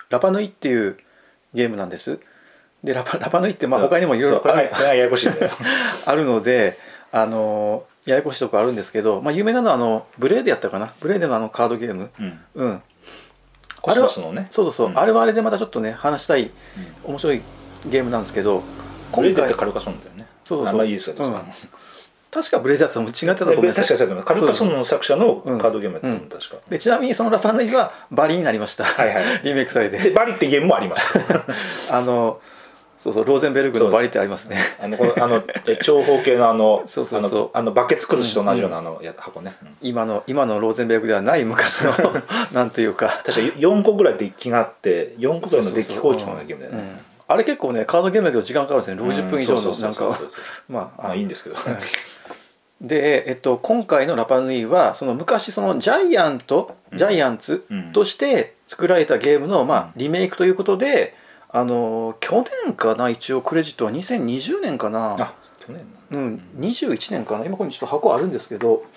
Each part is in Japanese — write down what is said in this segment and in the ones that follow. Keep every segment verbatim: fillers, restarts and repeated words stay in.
ラパヌイっていうゲームなんです。でラパ、ラパヌイってまあ他にもいろいろある、 ややこしいねあるので、あのややこしいとこあるんですけど、まあ、有名なのはあのブレーデやったかな、ブレーデのあのカードゲーム、うん、うん、 コスモスのね、 そうそうそう、うん、あれはあれでまたちょっとね話したい、うん、面白いゲームなんですけど、 ブレーデってカルカソンヌだよね。 そうそうそう、 まあいいですよ、うん、 確かブレーデだったら違ってたと思うんですけど、確かカルカソンヌの作者のカードゲームやったの、うん、確かで。ちなみにそのラパヌイはバリになりましたはい、はい、リメイクされて。 でバリってゲームもありますあのそうそう、ローゼンベルグのバリってありますね。 あのこのあの長方形のあのそうそうそう、 あのバケツ崩しと同じようなあの箱ね、うんうん、 今の今のローゼンベルグではない昔のなんというか、 確かよんこぐらいデッキがあってよんこぐらいのデッキ構築のゲームだよね、うんうん、 あれ結構ねカードゲームだけど時間かかるんですね。ろくじゅっぷん以上のなんかまあいいんですけどで、えっと、今回のラパヌイはその昔そのジャイアント、うん、ジャイアンツとして作られたゲームの、まあ、リメイクということで、あの去年かな、一応クレジットはにせんにじゅうねんかな、 あ去年うん、にじゅういちねんかな、今ここにちょっと箱あるんですけど、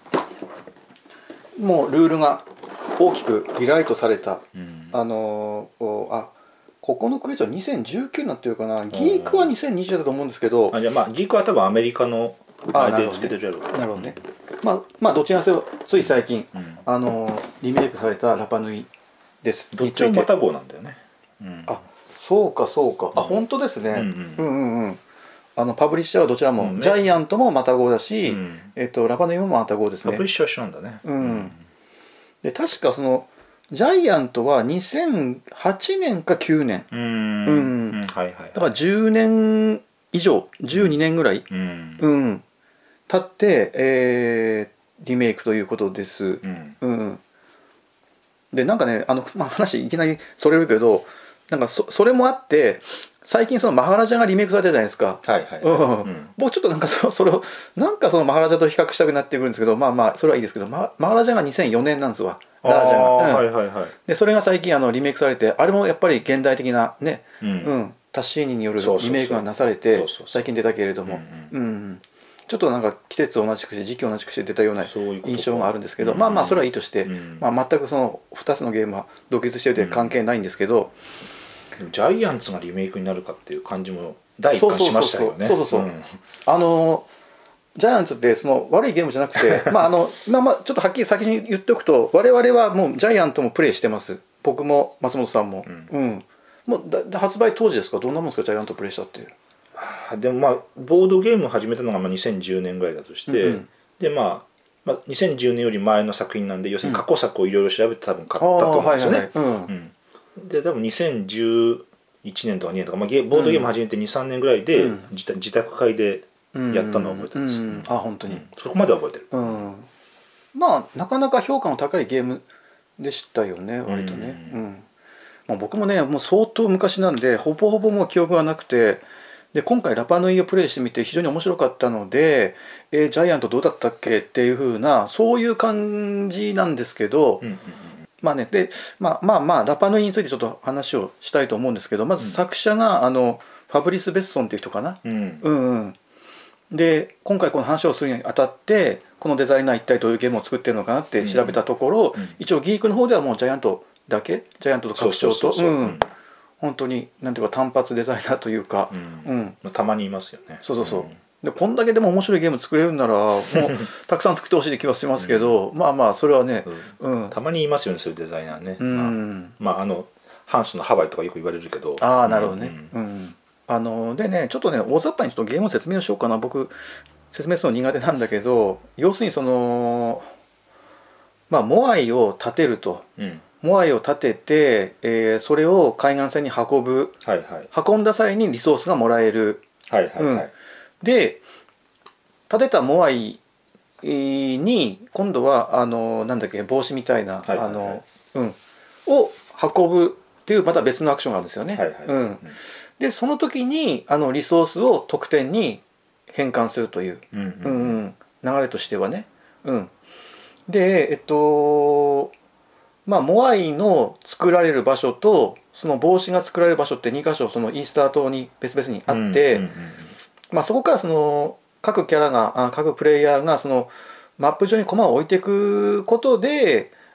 もうルールが大きくリライトされた、うん、あのあここのクレジットはにせんじゅうきゅうになってるかな、ギークはにせんにじゅうだと思うんですけど、 あじゃあまあギークは多分アメリカのあれでつけてるやろう、 なるほどね、まあ、まあどちらにせよつい最近、うん、あのリメイクされたラパヌイです。 どっちもまた号なんだよね、 うん、あそうかそうか、あ、うん、本当ですね、うんうん、うんうんうん、あのパブリッシャーはどちらも、うんね、ジャイアントもまた号だし、うん、えっと、ラパヌイもまた号ですね。 パブリッシャーは一緒なんだね、 うんうん、で確かそのジャイアントはにせんはちねんかきゅうねん、 うんうん、はいはい、 だからじゅうねん以上じゅうにねんぐらい、うんうん、経って、えー、リメイクということです、うんうん、でなんかねあの、まあ、話いきなりそれるけど、なんか そ, それもあって最近そのマハラジャがリメイクされたじゃないですか、 はいはい、うん、 僕ちょっとなんか そ, それをなんかそのマハラジャと比較したくなってくるんですけど、まあまあそれはいいですけど、マ, マハラジャがにせんよねんなんですわ、ラージャが、うん、 はいはいはい、 でそれが最近あのリメイクされて、あれもやっぱり現代的なね、うんうん、タッシーニによるリメイクがなされて最近出たけれども、うんうん、ちょっとなんか季節を同じくして時期を同じくして出たような印象があるんですけど、まあまあそれはいいとして、うんまあ、全くそのふたつのゲームは独立しているという関係ないんですけど、 うん、ジャイアンツがリメイクになるかっていう感じも第一巻しましたよね。 そうそうそう、うん、あのジャイアンツってその悪いゲームじゃなくてまああの、まあ、まあちょっとはっきり先に言っておくと、我々はもうジャイアントもプレイしてます。僕も松本さんも、うんうん、もうだ発売当時ですか、どんなもんですかジャイアントプレイしたって。 でもまあボードゲームを始めたのがまあにせんじゅうねんぐらいだとして、うんうん、でまあ、まあにせんじゅうねんより前の作品なんで、要するに過去作をいろいろ調べて多分買ったと思うんですよね。で多分にせんじゅういちねんとかにねんとか、まあ、ボードゲーム始めて にさんねんぐらいで、うん、自, 自宅会でやったのを覚えてます、うんうんうん、 あ本当に、 うん、そこまでは覚えてる、 うん、まあなかなか評価の高いゲームでしたよね割とね、うんうんまあ、僕もねもう相当昔なんでほぼほぼもう記憶がなくて、で今回ラパヌイをプレイしてみて非常に面白かったので、えー、ジャイアントどうだったっけっていう風なそういう感じなんですけど、うんうんうん、まあねで、まあ、まあまあラパヌイについてちょっと話をしたいと思うんですけど、まず作者があのファブリス・ベッソンっていう人かな、うん、うんうんで今回この話をするにあたってこのデザイナー一体どういうゲームを作ってるのかなって調べたところ、うんうん、一応ギークの方ではもうジャイアントだけジャイアントと拡張と本当になんていうか単発デザイナーというか、 うんうんまあ、たまにいますよね。 そうそうそう、うん、でこんだけでも面白いゲーム作れるんならもうたくさん作ってほしいって気はしますけど、うん、まあまあそれはね、 うんうん、たまにいますよねそういうデザイナーね、うんまあ、まああのハンスのハワイとかよく言われるけど、 ああなるほどね、うんうんあのでねちょっとね大雑把にちょっとゲームの説明をしようかな。僕説明するの苦手なんだけど、要するにそのまあモアイを建てると、うん、モアイを建てて、えー、それを海岸線に運ぶ、はいはい、運んだ際にリソースがもらえる、はいはいはいうん、で建てたモアイに今度はあのなんだっけ帽子みたいな、はいはいはい、あのうん、を運ぶっていうまた別のアクションがあるんですよね。はいはいうん、でその時にあのリソースを得点に変換するという、うんうんうん、流れとしてはね。うん、でえっとまあモアイの作られる場所とその帽子が作られる場所ってにかしょそのイースター島に別々にあって、うんうんうんまあ、そこからその各キャラが各プレイヤーがそのマップ上に駒を置いていくことで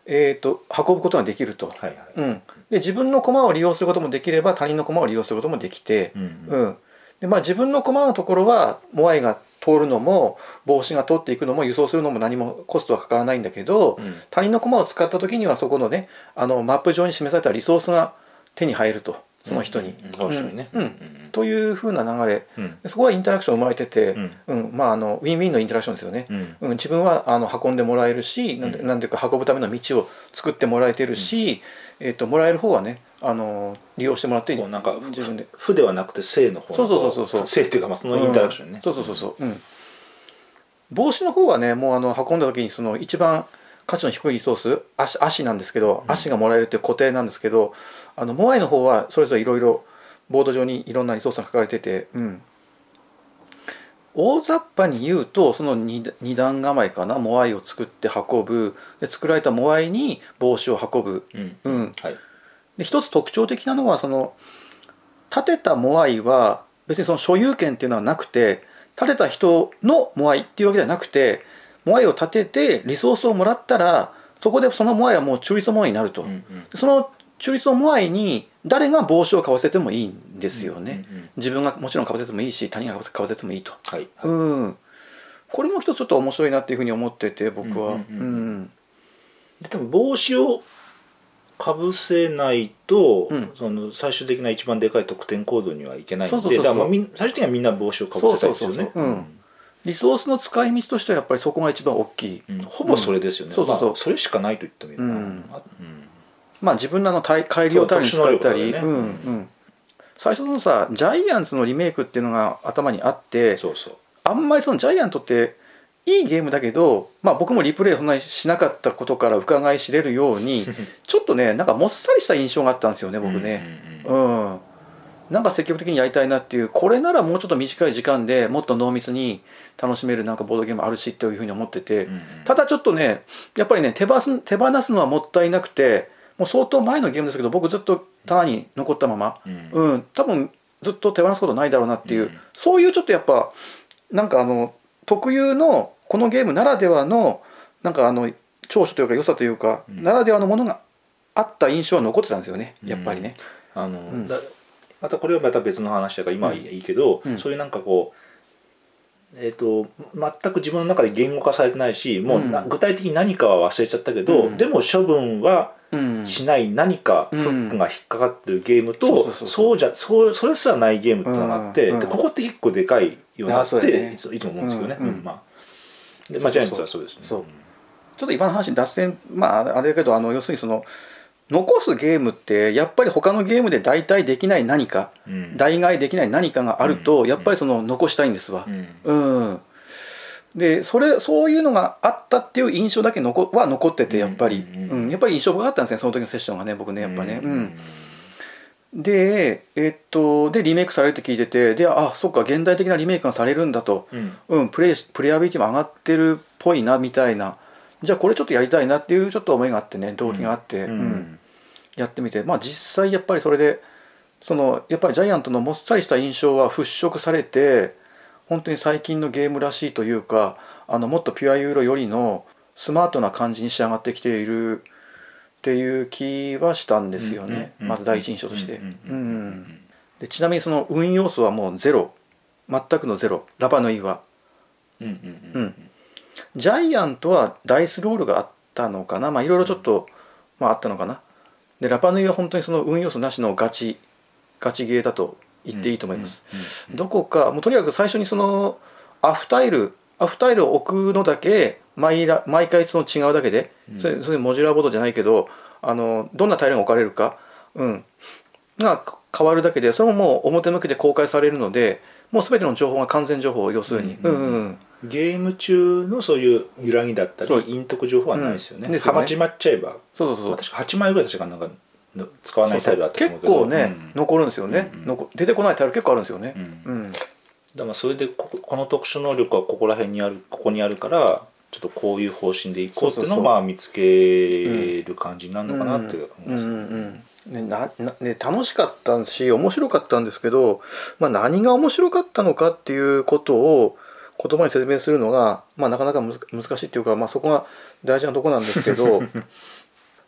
えー、と運ぶことができると、 はいはいうん、で自分の駒を利用することもできれば他人の駒を利用することもできて、 うんうんうんでまあ、自分の駒のところはモアイが通るのも帽子が通っていくのも輸送するのも何もコストはかからないんだけど、 うん他人の駒を使った時にはそこのねあのマップ上に示されたリソースが手に入るとその人に。 うんうんその人にねうんうんというふうな流れ、 うんそこはインタラクション生まれてて、 うんうんまあ、あのウィンウィンのインタラクションですよね。 うんうん、自分はあの運んでもらえるし、なんてなんていうか運ぶための道を作ってもらえてるし、えー、ともらえる方はねあの利用してもらってこうなんか自分で負ではなくて正の方のそうそうそうそう正っていうかまあそのインタラクションね、 うん、そうそうそうそう、うん、帽子の方はねもうあの運んだ時にその一番価値の低いリソース 足, 足なんですけど、 うん、 足がもらえるっていう固定なんですけど、あのモアイの方はそれぞれいろいろボード上にいろんなリソースが書かれてて、うん、大雑把に言うとその 2, 二段構えかなモアイを作って運ぶで作られたモアイに帽子を運ぶ、 うんうんはい、 で一つ特徴的なのはその立てたモアイは別にその所有権っていうのはなくて立てた人のモアイっていうわけではなくてモアイを立ててリソースをもらったらそこでそのモアイはもう中立のモアイになると、うんうん、その中立のモアイに誰が帽子をかぶせてもいいんですよね、うんうんうん、自分がもちろんかぶせてもいいし他人がかぶせてもいいと、 はいはい、 うん、これも一つちょっと面白いなっていうふうに思ってて僕は、うんうんうんうん、 で多分帽子をかぶせないと、 うん、 その最終的な一番でかい得点コードにはいけないので、 そうそうそうそう、 だからまあ最終的にはみんな帽子をかぶせたいですよね。 リソースの使い道としてはやっぱりそこが一番大きい、 うん、ほぼそれですよね、うん、そうそうそう、まあ、それしかないと言ってもいいかな、うんうん、 まあ自分らの改良タイルに使ったり、ね、うんうん、最初のさジャイアンツのリメイクっていうのが頭にあって、 そうそう、 あんまりそのジャイアントっていいゲームだけど、まあ、僕もリプレイそんなにしなかったことから伺い知れるようにちょっとねなんかもっさりした印象があったんですよね僕ね、うん、うんうん、なんか積極的にやりたいなっていう、これならもうちょっと短い時間でもっと濃密に楽しめるなんかボードゲームあるしっていうふうに思ってて、うんうん、ただちょっとねやっぱりね手放す、手放すのはもったいなくて、もう相当前のゲームですけど僕ずっと棚に残ったまま、うんうん、多分ずっと手放すことないだろうなっていう、うん、そういうちょっとやっぱなんかあの特有のこのゲームならではのなんかあの長所というか良さというか、うん、ならではのものがあった印象は残ってたんですよねやっぱりね、 うん、あの、うん、だまたこれはまた別の話だから今はいいけど、うん、そういうなんかこう、えーと、全く自分の中で言語化されてないしもうな、うん、具体的に何かは忘れちゃったけど、うん、でも処分はしない何かフックが引っかかってるゲームとそうじゃそうそれすらないゲームっていうのがあって、うん、でここって結構でかいよなって、ね、いついつも思うんですけどね、うんうん、まあで間違いなくはそうですね。 そうちょっと今の話に脱線まああれだけどあの要するにその残すゲームってやっぱり他のゲームで代替できない何か、うん、代替できない何かがあると、うん、やっぱりその残したいんですわ、うんうん、でそれそういうのがあったっていう印象だけ残は残っててやっぱり、うんうんうん、やっぱり印象深かったんですねその時のセッションがね僕ねやっぱね、うんうんうん、でえー、っとでリメイクされるって聞いててであそっか現代的なリメイクがされるんだと、うんうん、プレイプレイアビリティも上がってるっぽいなみたいな、じゃあこれちょっとやりたいなっていうちょっと思いがあってね動機があって、うんうん、やってみてまあ実際やっぱりそれでそのやっぱりジャイアントのもっさりした印象は払拭されて本当に最近のゲームらしいというかあのもっとピュアユーロよりのスマートな感じに仕上がってきているっていう気はしたんですよね、まず第一印象として。でちなみにその運要素はもうゼロ全くのゼロラバヌイは。うんうんうんジャイアントはダイスロールがあったのかな、まあいろいろちょっと、まあ、あったのかな。でラパヌイは本当にその運要素なしのガチガチゲーだと言っていいと思います。どこかもうとにかく最初にそのアフタイルアフタイルを置くのだけ 毎, 毎回その違うだけで、うん、それそれモジュラーボードじゃないけどあのどんなタイルが置かれるか、うん、が変わるだけでそれももう表向きで公開されるのでもう全ての情報が完全情報要するに、うんうんうん、 ゲーム中のそういう揺らぎだったり陰徳情報はないですよね。はまちまっちゃえばそうそうそう確かはちまいぐらい確かなんか使わないタイルあったと思うけど結構ね、うん、残るんですよね、うんうん、出てこないタイル結構あるんですよね、うんうん、 だからそれで こ, この特殊能力はここら辺にあるここにあるからちょっとこういう方針でいこうっていうのをまあ見つける感じになるのかなって思いますね。 ね、ななね、楽しかったし面白かったんですけど、まあ、何が面白かったのかっていうことを言葉に説明するのが、まあ、なかなか難しいっていうか、まあ、そこが大事なとこなんですけど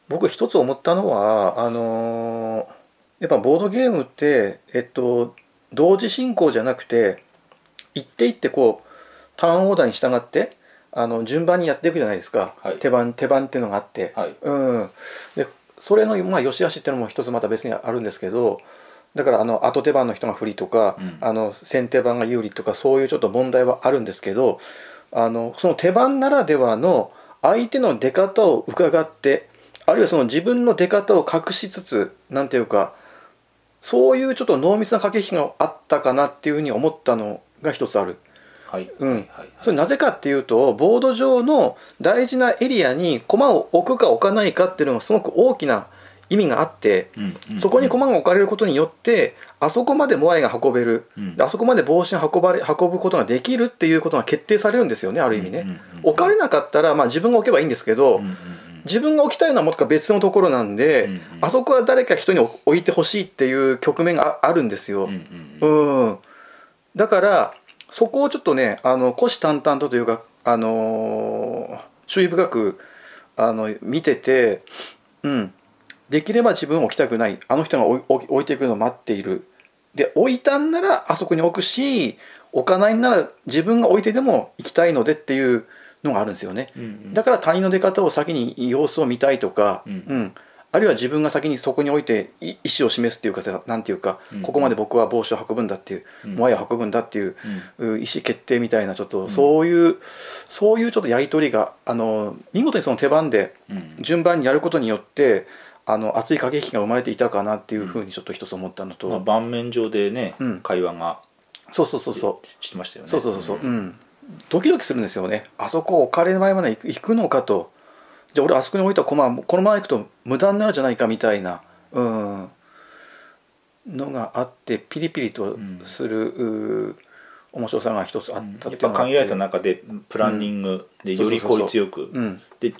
僕一つ思ったのはあのー、やっぱボードゲームってえっと同時進行じゃなくて一手一手こうターンオーダーに従ってあの順番にやっていくじゃないですか、 はい、 手番手番っていうのがあって、 はい、 うん、でそれのまあ良し悪しっていうのも一つまた別にあるんですけど、だからあの後手番の人が不利とか、うん、あの先手番が有利とかそういうちょっと問題はあるんですけど、あのその手番ならではの相手の出方を伺って、あるいはその自分の出方を隠しつつ、なんていうかそういうちょっと濃密な駆け引きがあったかなっていうふうに思ったのが一つある。 はい、 うん、それなぜかっていうと、ボード上の大事なエリアに駒を置くか置かないかっていうのがすごく大きな意味があって、うんうんうん、そこに駒が置かれることによってあそこまでモアイが運べる、うん、あそこまで帽子が運ばれ運ぶことができるっていうことが決定されるんですよね、ある意味ね、うんうんうんうん、置かれなかったら、まあ、自分が置けばいいんですけど、うんうんうん、自分が置きたいのはもっと別のところなんで、うんうん、あそこは誰か人に置いてほしいっていう局面があるんですよ、うんうんうん、だからそこをちょっとね、あの虎視眈々とというか、あのー、注意深くあの見てて、うん、できれば自分を置きたくない、あの人が置いていくのを待っている、で置いたんならあそこに置くし、置かないんなら自分が置いてでも行きたいのでっていうのがあるんですよね、うんうん、だから他人の出方を先に様子を見たいとか、うんうん、あるいは自分が先にそこに置いて意思を示すっていうか、なんていうか、うんうん、ここまで僕は帽子を運ぶんだっていう、うん、モアイを運ぶんだっていう、うん、意思決定みたいな、ちょっとそういう、うん、そういうちょっとやり取りがあの見事にその手番で順番にやることによって、あの熱い駆け引きが生まれていたかなっていうふうにちょっと一つ思ったのと、うん、 まあ、盤面上でね、うん、会話がそうそうそうそうしてましたよね。 そうそうそうそう、うん、ドキドキするんですよね。あそこ置かれる前まで行くのかと、じゃあ俺あそこに置いた駒このまま行くと無駄になるじゃないかみたいな、うん、のがあってピリピリとする、うん、面白さが一つあったっていうのがあって、 やっぱ限られた中でプランニングでより効率よく、で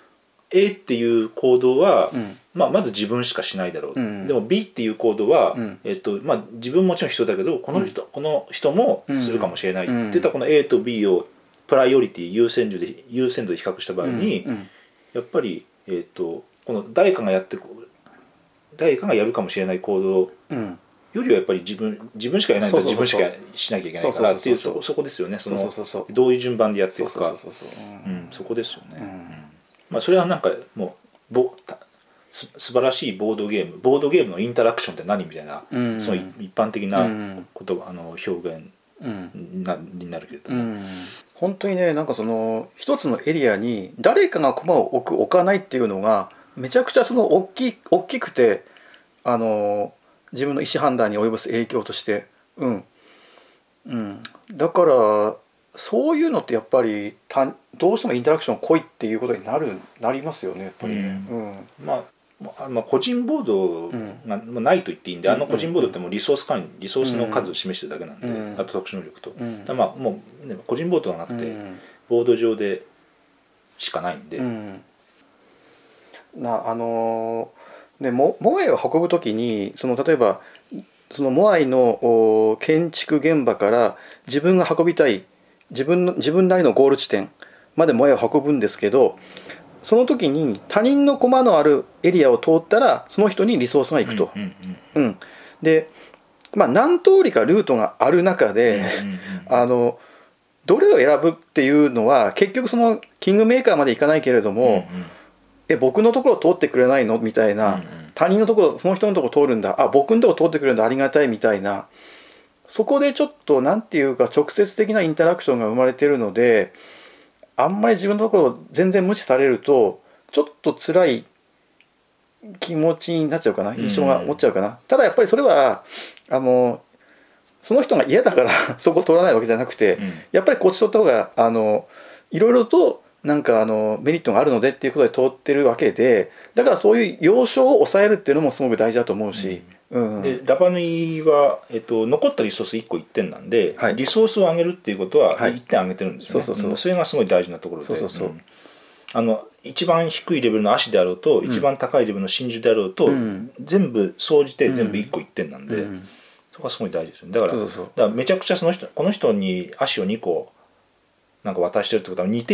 A っていう行動は、うん、まあ、まず自分しかしないだろう、うん、でも B っていう行動は、うん、えっとまあ、自分もちろん人だけどこの人、うん、この人もするかもしれない、うん、っていったこの A と B をプライオリティ優先度で優先度で比較した場合に、うんうん、やっぱり、えー、とこの誰かがやって誰かがやるかもしれない行動よりはやっぱり自分自分しかやらないと自分しかしなきゃいけないからっていうそこですよね。そのどういう順番でやっていくか、そこですよね、うん、まあ、それはなんかもうぼす素晴らしいボードゲームボードゲームのインタラクションって何みたいな、うん、その一般的なこと、うん、あの表現な、うん、になるけれども、うん、 本当にね、なんかその一つのエリアに誰かが駒を置く置かないっていうのがめちゃくちゃその大きい大きくて、あの自分の意思判断に及ぼす影響として、うんうん、だからそういうのってやっぱりたどうしてもインタラクション濃いっていうことになるなりますよね、やっぱりね、うんうん、 まあ、まあ個人ボードがないと言っていいんで、うん、あの個人ボードってもうリソース管理リソースの数を示してるだけなんで、うん、あと特殊能力と、うん、まあもう、ね、個人ボードがなくて、うん、ボード上でしかないんで、うん、 なあのー、でモモアイを運ぶときにその例えばそのモアイの建築現場から自分が運びたい自分の自分なりのゴール地点までモアイを運ぶんですけど、その時に他人の駒のあるエリアを通ったらその人にリソースが行くと、うんうんうん、で、まあ、何通りかルートがある中で、うんうんうん、あのどれを選ぶっていうのは結局そのキングメーカーまで行かないけれども、うんうん、え僕のところ通ってくれないのみたいな、うんうん、他人のところその人のところ通るんだ、あ僕のところ通ってくれるんだありがたいみたいな、そこでちょっとなんていうか直接的なインタラクションが生まれているので、あんまり自分のところを全然無視されるとちょっと辛い気持ちになっちゃうかな、印象が持っちゃうかな、うん、ただやっぱりそれはあのその人が嫌だからそこを通らないわけじゃなくて、うん、やっぱりこっちとった方があのいろいろとなんかあのメリットがあるのでっていうことで通ってるわけで、だからそういう要所を抑えるっていうのもすごく大事だと思うし、うんうん、 でラパヌイは、えっと、残ったリソースいっこいってんなんで、はい、リソースを上げるっていうことはいってん上げてるんですよね、はい、そうそうそう、それがすごい大事なところで、そうそうそう、うん、あの一番低いレベルの足であろうと、うん、一番高いレベルの真珠であろうと、うん、全部総じて全部いっこいってんなんで、うん、そこはすごい大事ですよね。だから、そうそうそう、だからめちゃくちゃその人この人に足をにこなんか渡してるってことはにてん上げる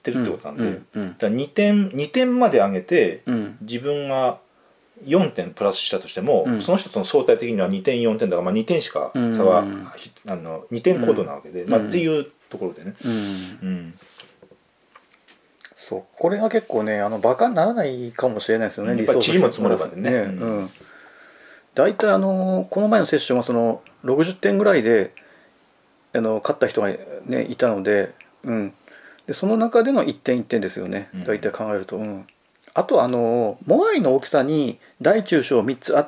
ってるってことなんで、 うんうん、 だからにてんにてんまで上げて、 うん、 自分がよんてんプラスしたとしても、 うん、 その人との相対的にはにてんよんてんだから、まあ、にてんしか差は、うん、あのにてん高度なわけで、うん、まあ、っていうところでね、 うんうん、 そうこれが結構ねあのバカにならないかもしれないですよね。 やっぱり塵も積もればでね、 うんうん、だいたいあのこの前のセッションはそのろくじゅってんぐらいであの勝った人が、ね、いたので、うん、でその中でのいってんいってんですよね、だいたい考えると、うん、あとあのモアイの大きさに大中小みっつあって、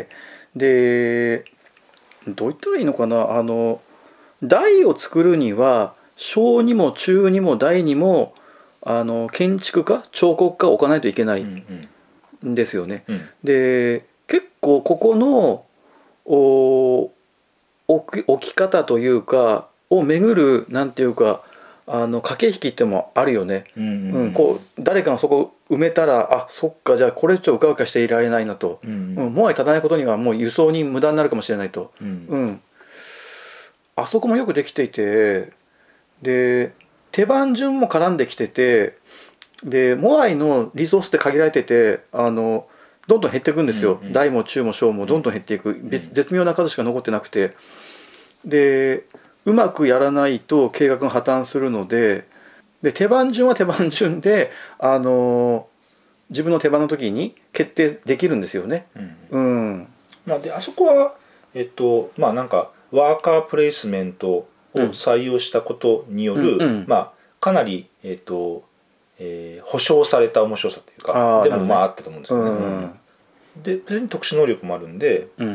でどう言ったらいいのかな、あの大を作るには小にも中にも大にもあの建築家彫刻家を置かないといけないんですよね、 うんうん、 で結構ここのお置き、置き方というかを巡るなんていうかあの駆け引きってもあるよね、 うんうんうん、こう誰かがそこ埋めたらあそっかじゃあこれちょっとうかうかしていられないなと、 うんうん、モアイ立たないことにはもう輸送に無駄になるかもしれないと、 うんうん、あそこもよくできていて、で手番順も絡んできてて、でモアイのリソースって限られててあのどんどん減っていくんですよ、 うんうん、 大も中も小もどんどん減っていく、うん、絶妙な数しか残ってなくて、でうまくやらないと計画が破綻するので、で手番順は手番順であの自分の手番の時に決定できるんですよね、うんうん、 まあ、であそこはえっとまあなんかワーカープレイスメントを採用したことによる、 うんうん、 まあかなりえっとえー、保証された面白さというかでもまああったと思うんですよね、うんうん、で別に特殊能力もあるんで、うん、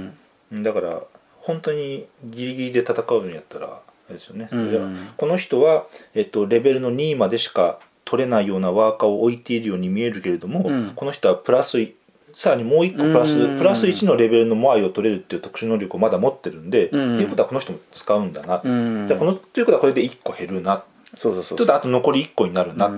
だから本当にギリギリで戦うのやったらあれですよね、うんうん、この人は、えっと、レベルのにまでしか取れないようなワーカーを置いているように見えるけれども、うん、この人はプラスさらにもういっこプラス、うんうん、プラスいちのレベルのモアイを取れるっていう特殊能力をまだ持ってるんで、うんうん、っていうことはこの人も使うんだな、うんうん、じゃあこのということはこれでいっこ減るな、 そうそうそうちょっとあと残りいっこになるな、うん、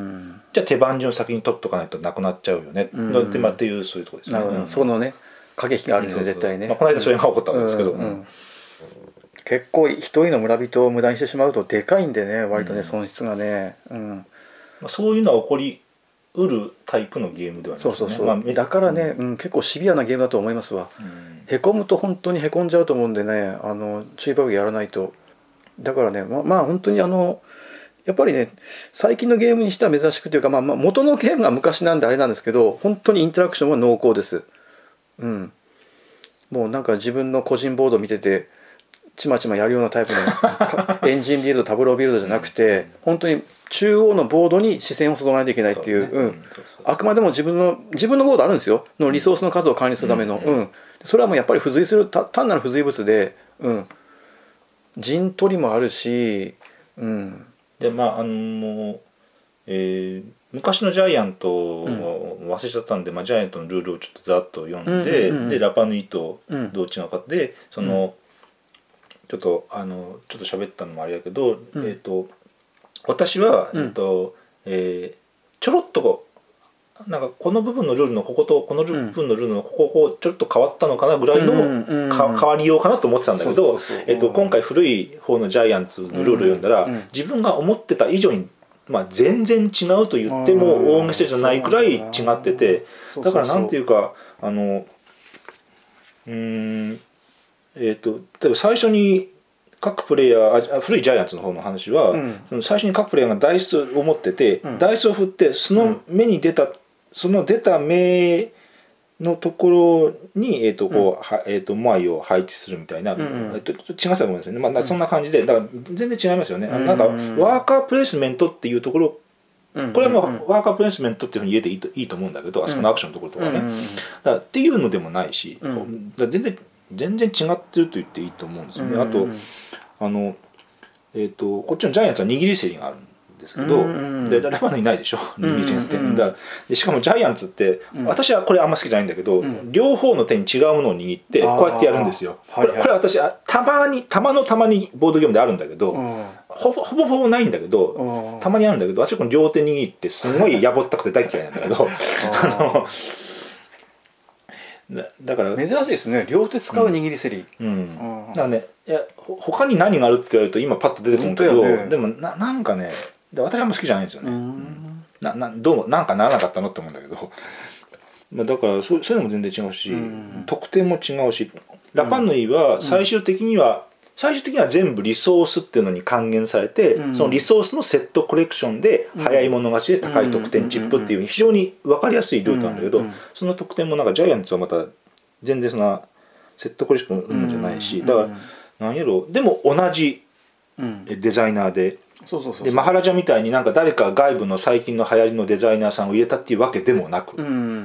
じゃあ手番順先に取っとかないとなくなっちゃうよね、うん、っていうそういうところですね、 うん、そのね駆け引きがあるんですね、うん、絶対ね、 まあ、この間それが起こったんですけど、うんうん、 結構一人の村人を無駄にしてしまうとでかいんでね割とね、うん、損失がね、うんまあ、そういうのは起こりうるタイプのゲームではないですね。 そうそうそう、まあ、だからね、うん、結構シビアなゲームだと思いますわ、うん、へこむと本当にへこんじゃうと思うんでねあの注意深くやらないと。だからねま, まあ本当にあのやっぱりね最近のゲームにしては珍しくというか、まあ、まあ元のゲームが昔なんであれなんですけど本当にインタラクションは濃厚です、うん、もうなんか自分の個人ボード見ててちまちまやるようなタイプのエンジンビルドタブロービルドじゃなくて本当に中央のボードに視線を注がないといけないっていう、うん、あくまでも自分の自分のボードあるんですよのリソースの数を管理するための、うんうん、それはもうやっぱり付随する単なる付随物で、うん、陣取りもあるし、うん、 でまああの、えー、昔のジャイアントを忘れちゃったんで、うんまあ、ジャイアントのルールをちょっとざっと読んで、うんうんうん、でラパヌイとどう違うかでその、うん、ちょっとあのちょっと喋ったのもあれだけど、うん、えっ、ー、と私は、えーとえー、ちょろっとなんかこの部分のルールのこことこの部分のルールのここをちょっと変わったのかなぐらいのか変わりようかなと思ってたんだけど今回古い方のジャイアンツのルールを読んだら、うんうん、自分が思ってた以上に、まあ、全然違うと言っても大げさじゃないくらい違っててだからなんていうかあのうーんえっと例えば最初に各プレイヤーあ古いジャイアンツの方の話は、うん、その最初に各プレイヤーがダイスを持ってて、うん、ダイスを振ってその目に出た、うん、その出た目のところに、えーとこうはえーとモアイを配置するみたいな、うんうんえー、と違ったと思うんですよね、まあ、そんな感じでだから全然違いますよね、うん、なんかワーカープレイスメントっていうところこれはもうワーカープレイスメントっていうふうに言えていいと、いいと思うんだけどあそこのアクションのところとかね、うん、だからっていうのでもないし、うん、だ全然全然違ってると言っていいと思うんですよね、うん、あとあの、えー、とこっちのジャイアンツは握り競りがあるんですけど、うん、でラパヌイないでしょ握り競りって、うんうん、だでしかもジャイアンツって、うん、私はこれあんま好きじゃないんだけど、うん、両方の手に違うものを握ってこうやってやるんですよ、これ、はいはい、これ私たまにたまのたまにボードゲームであるんだけど、うん、ほぼほぼほぼないんだけど、うん、たまにあるんだけど私はこの両手握ってすごいやぼったくて大嫌いなんだけどあのだ, だから珍しいですね両手使う握り競り、 うんうん、だからねいや他に何があるって言われると今パッと出てくるんだけど、ね、でも な, なんかね私はあんま好きじゃないんですよね、うんななどうもなんかならなかったのって思うんだけどまあだからそう、そういうのも全然違うし、うん、得点も違うし、ラパヌイは最終的には、うん、最終的には全部リソースっていうのに還元されて、うん、そのリソースのセットコレクションで早い者勝ちで高い得点チップっていう非常に分かりやすいルートなんだけど、その得点もなんかジャイアンツはまた全然そんなセットコレクションじゃないし、だから何やろでも同じデザイナーで、 そうそうそうそう、 でマハラジャみたいになんか誰か外部の最近の流行りのデザイナーさんを入れたっていうわけでもなく、うん、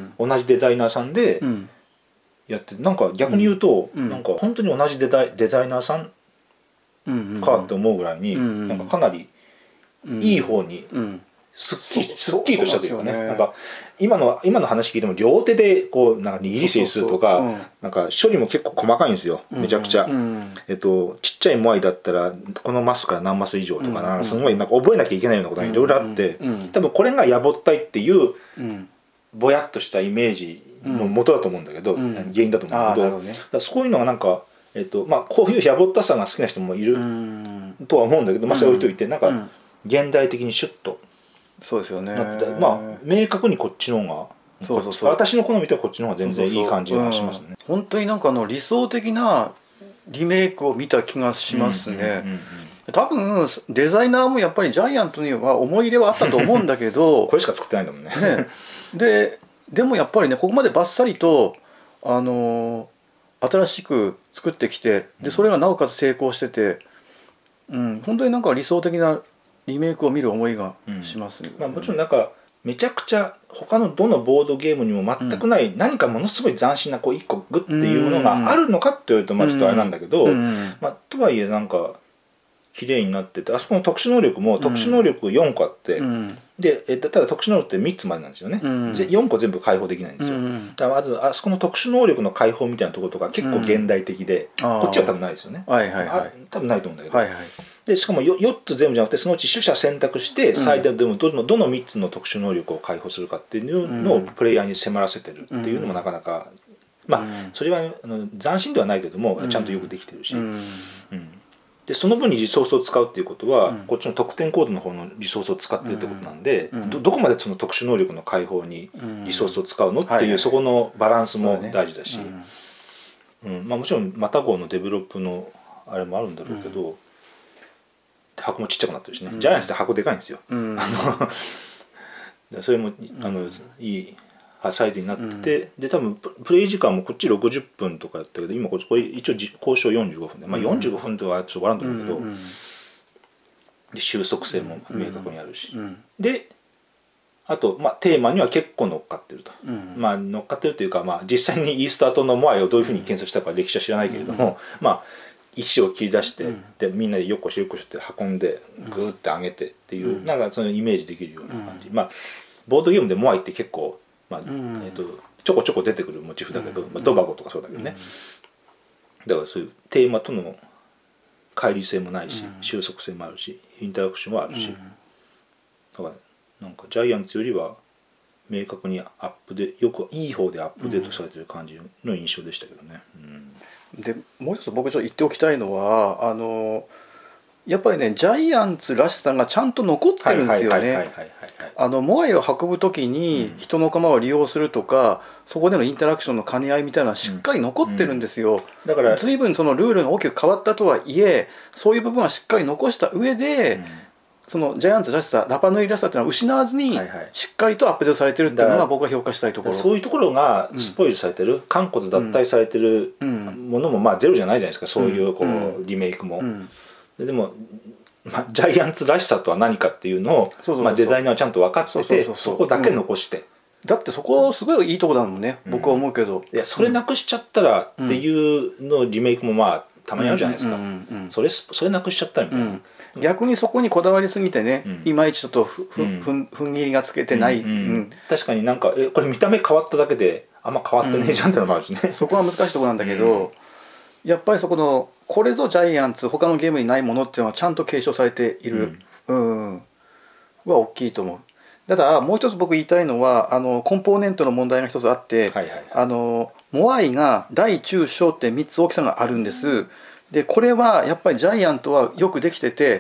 同じデザイナーさんでやって、なんか逆に言うと、うん、なんか本当に同じデザイ、デザイナーさんかって思うぐらいに、うんうん、なんかかなりいい方にすっきり、すっきりとしたというかね、なんか今の今の話聞いても両手でこうなんか握り整理するとか、そうそうそう、うん、なんか処理も結構細かいんですよ、めちゃくちゃ、うんうん、えっとちっちゃいモアイだったらこのマスから何マス以上とか、うんうん、なんかすごいなんか覚えなきゃいけないようなことがいろいろあって、うんうん、多分これがやぼったいっていうぼやっとしたイメージの元だと思うんだけど、うん、原因だと思うんだけど、うん、ね、だからそういうのがなんか、えっとまあ、こういうやぼったさが好きな人もいるとは思うんだけど、まあ、それ置いといてなんか現代的にシュッとそうですよね、 なってた、まあ明確にこっちの方が、そうそうそう、私の好みとはこっちの方が全然いい感じがしますね。そうそうそう、うん、本当になんかあの理想的なリメイクを見た気がしますね、うんうんうんうん、多分デザイナーもやっぱりジャイアントには思い入れはあったと思うんだけどこれしか作ってないんだもんねね、ででもやっぱりねここまでバッサリとあの新しく作ってきて、でそれがなおかつ成功してて、うん、本当になんか理想的なリメイクを見る思いがします、ね、 うん、まあ、もちろんなんかめちゃくちゃ他のどのボードゲームにも全くない、うん、何かものすごい斬新なこういっこグッっていうものがあるのかって言われるとまあちょっとあれなんだけど、まあ、とはいえなんか綺麗になってて、あそこの特殊能力も特殊能力よんこあって、うん、でえただ特殊能力ってみっつまでなんですよね、うん、よんこ全部解放できないんですよ、うん、だからまずあそこの特殊能力の解放みたいなところとか結構現代的で、うん、こっちは多分ないですよね、 はいはいはい、 多分ないと思うんだけど、 はいはい、 でしかも よ, よっつ全部じゃなくてそのうち取捨選択して最大でも ど, どのみっつの特殊能力を解放するかっていうのをプレイヤーに迫らせてるっていうのもなかなか、まあそれはあの斬新ではないけどもちゃんとよくできてるし、うんうん、でその分にリソースを使うっていうことは、うん、こっちの得点コードの方のリソースを使ってるってことなんで、うん、ど, どこまでその特殊能力の解放にリソースを使うのっていう、うん、そこのバランスも大事だし、うんうん、まあ、もちろんまた号のデベロップのあれもあるんだろうけど、うん、箱もちっちゃくなってるしね、うん、ジャイアンツって箱でかいんですよ、うん、あのそれもあの、うん、いいサイズになってて、うん、で多分プレイ時間もこっちろくじゅっぷんとかやったけど今これ一応交渉よんじゅうごふんで、まあ、よんじゅうごふんとはちょっとわからんと思うけど、うん、で収束性も明確にあるし、うん、であと、まあ、テーマには結構乗っかってると、うん、まあ乗っかってるというか、まあ、実際にイースター島のモアイをどういうふうに検索したか歴史は知らないけれども、うん、まあ石を切り出して、うん、でみんなでよっこしよっこしって運んでグーって上げてっていう、うん、なんかそのイメージできるような感じ、うん、まあボードゲームでモアイって結構、まあうん、えー、とちょこちょこ出てくるモチーフだけど、うん、まあ、ドバゴとかそうだけどね、うん、だからそういうテーマとの乖離性もないし、うん、収束性もあるしインタラクションもあるし、うん、だからなんかジャイアンツよりは明確にアップでよくいい方でアップデートされてる感じの印象でしたけどね、うん、 でもう一つ僕ちょっと言っておきたいのはあのやっぱりねジャイアンツらしさがちゃんと残ってるんですよね。あのモアイを運ぶ時に人の釜を利用するとか、うん、そこでのインタラクションの兼ね合いみたいなのはしっかり残ってるんですよ、うんうん、だから随分そのルールが大きく変わったとはいえそういう部分はしっかり残した上で、うん、そのジャイアンツらしさラパヌイらしさっていうのは失わずにしっかりとアップデートされてるっていうのが僕が評価したいところ。 そういうところがスポイルされてる肝骨脱退されてるものもまあゼロじゃないじゃないですか、そういうこうリメイクも、うんうん、で, でもまあ、ジャイアンツらしさとは何かっていうのをそうそうそう、まあ、デザイナーはちゃんと分かっててそこだけ残して、うん、 だってそこすごいいいとこだもんね、うん、僕は思うけど、 いやそれなくしちゃったらっていうのリメイクもまあたまにあるじゃないですか、うんうんうんうん、それそれなくしちゃったみたいな、うん、 逆にそこにこだわりすぎてね、うん、いまいちちょっとふ、うん、ふん踏ん切りがつけてない、うんうんうん、確かになんかえこれ見た目変わっただけであんま変わってねえじゃんってのもあるしね、 うん、そこは難しいところなんだけど、うんやっぱりそこのこれぞジャイアンツ他のゲームにないものっていうのはちゃんと継承されている、うん、うんは大きいと思う。ただもう一つ僕言いたいのはあのコンポーネントの問題が一つあって、はいはいはい、あのモアイが大中小ってみっつ大きさがあるんです。でこれはやっぱりジャイアントはよくできてて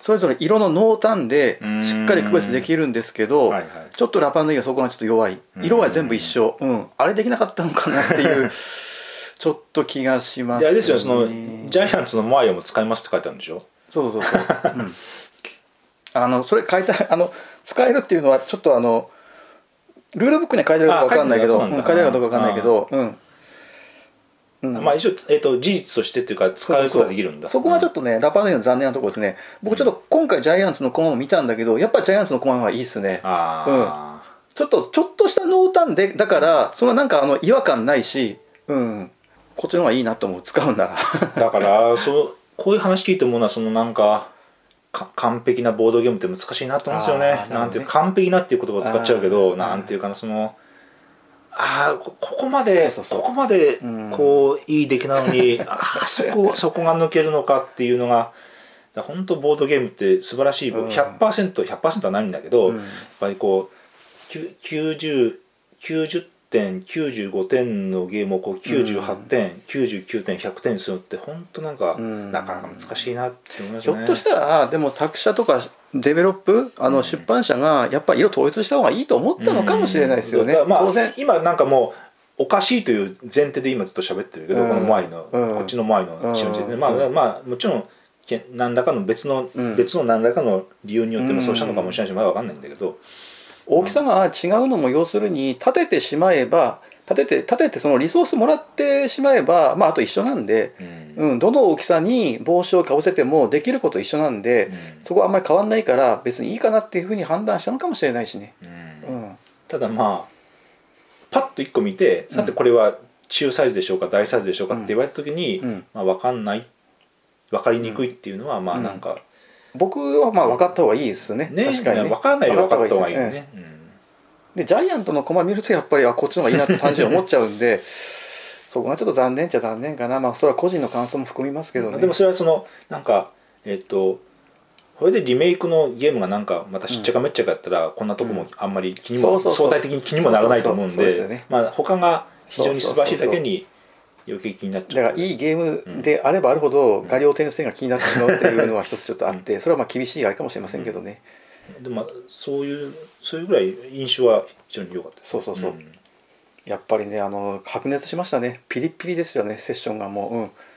それぞれ色の濃淡でしっかり区別できるんですけど、はいはい、ちょっとラパヌイはそこがちょっと弱い。色は全部一緒、うん、あれできなかったのかなっていうちょっと気がしますね。 あれですよ、そのジャイアンツのモアイも使いますって書いてあるんでしょ。 そうそうそう、うん、あのそれ書いてあの使えるっていうのはちょっとあのルールブックに書いてあるか分かんないけど、書いてあるかどうか分かんないけど、うんうん、 まあ一応、えーと、事実としてっていうか使うことができるんだ。 そうそう、そこがちょっとね、うん、ラパヌイの残念なところですね。僕ちょっと今回ジャイアンツのコマも見たんだけど、やっぱりジャイアンツのコマの方がいいっすね。あ、うん、ちょっとちょっとした濃淡でだから、うん、そのなんかあの違和感ないし、うん、こっちの方がいいなと思う、使うならだからそうこういう話聞いて思うのは、そのなんかか完璧なボードゲームって難しいなと思うんですよね。なんていう完璧なっていう言葉を使っちゃうけど、なんていうかな、そのあここまでそうそうそうここまでこう、うん、いい出来なのにあそこそこが抜けるのかっていうのが、本当ボードゲームって素晴らしい、うん、ひゃくパーセント ひゃくパーセント はないんだけど、うん、やっぱりこうきゅうじゅう、きゅうじゅってん、きゅうじゅうごてんのゲームをこうきゅうじゅうはってん、うん、きゅうじゅうきゅうてん、ひゃくてんにするのって本当なんか、うん、なかなか難しいなって思いますね。 ひょっとしたらでも作者とかデベロップあの出版社がやっぱり色統一した方がいいと思ったのかもしれないですよね、 うん、まあ、当然今なんかもうおかしいという前提で今ずっと喋ってるけど、うん、このモアイの、うん、こっちのモアイのチームで、うん、まあ、まあもちろん何らかの別の、うん、別の何らかの理由によってもそうしたのかもしれないし、まだ分かんないんだけど、 大きさが違うのも要するに立ててしまえば立てて立ててそのリソースもらってしまえば、まあ、あと一緒なんで、うんうん、どの大きさに帽子をかぶせてもできること一緒なんで、うん、そこはあんまり変わんないから別にいいかなっていうふうに判断したのかもしれないしね、 うんうん、ただまあパッといっこ見て、さてこれは中サイズでしょうか大サイズでしょうかって言われた時に、うんまあ、分かんない分かりにくいっていうのはまあなんか、うん、 僕はまあ分かった方がいいですね、 ね、 確かにね、 分からないより分かった方がいいよね。 でジャイアントのコマ見るとやっぱりあこっちの方がいいなって単純に思っちゃうんでそこがちょっと残念っちゃ残念かな。まあそれは個人の感想も含みますけどね。 でもそれはそのなんかえっとこれでリメイクのゲームがなんかまたしっちゃかめっちゃかやったら、うん、こんなとこもあんまり気にも相対的に気にもならないと思うんで、まあ他が非常に素晴らしいだけに余計気になっちゃう。 だからいいゲームであればあるほど画量点数が気になってしまうっていうのは一つちょっとあって、それはまあ厳しいあれかもしれませんけどね。 でもそういうそういうぐらい印象は非常に良かったです。 そうそうそう、うん、やっぱりねあの白熱しましたね。ピリッピリですよねセッションがもう、うん、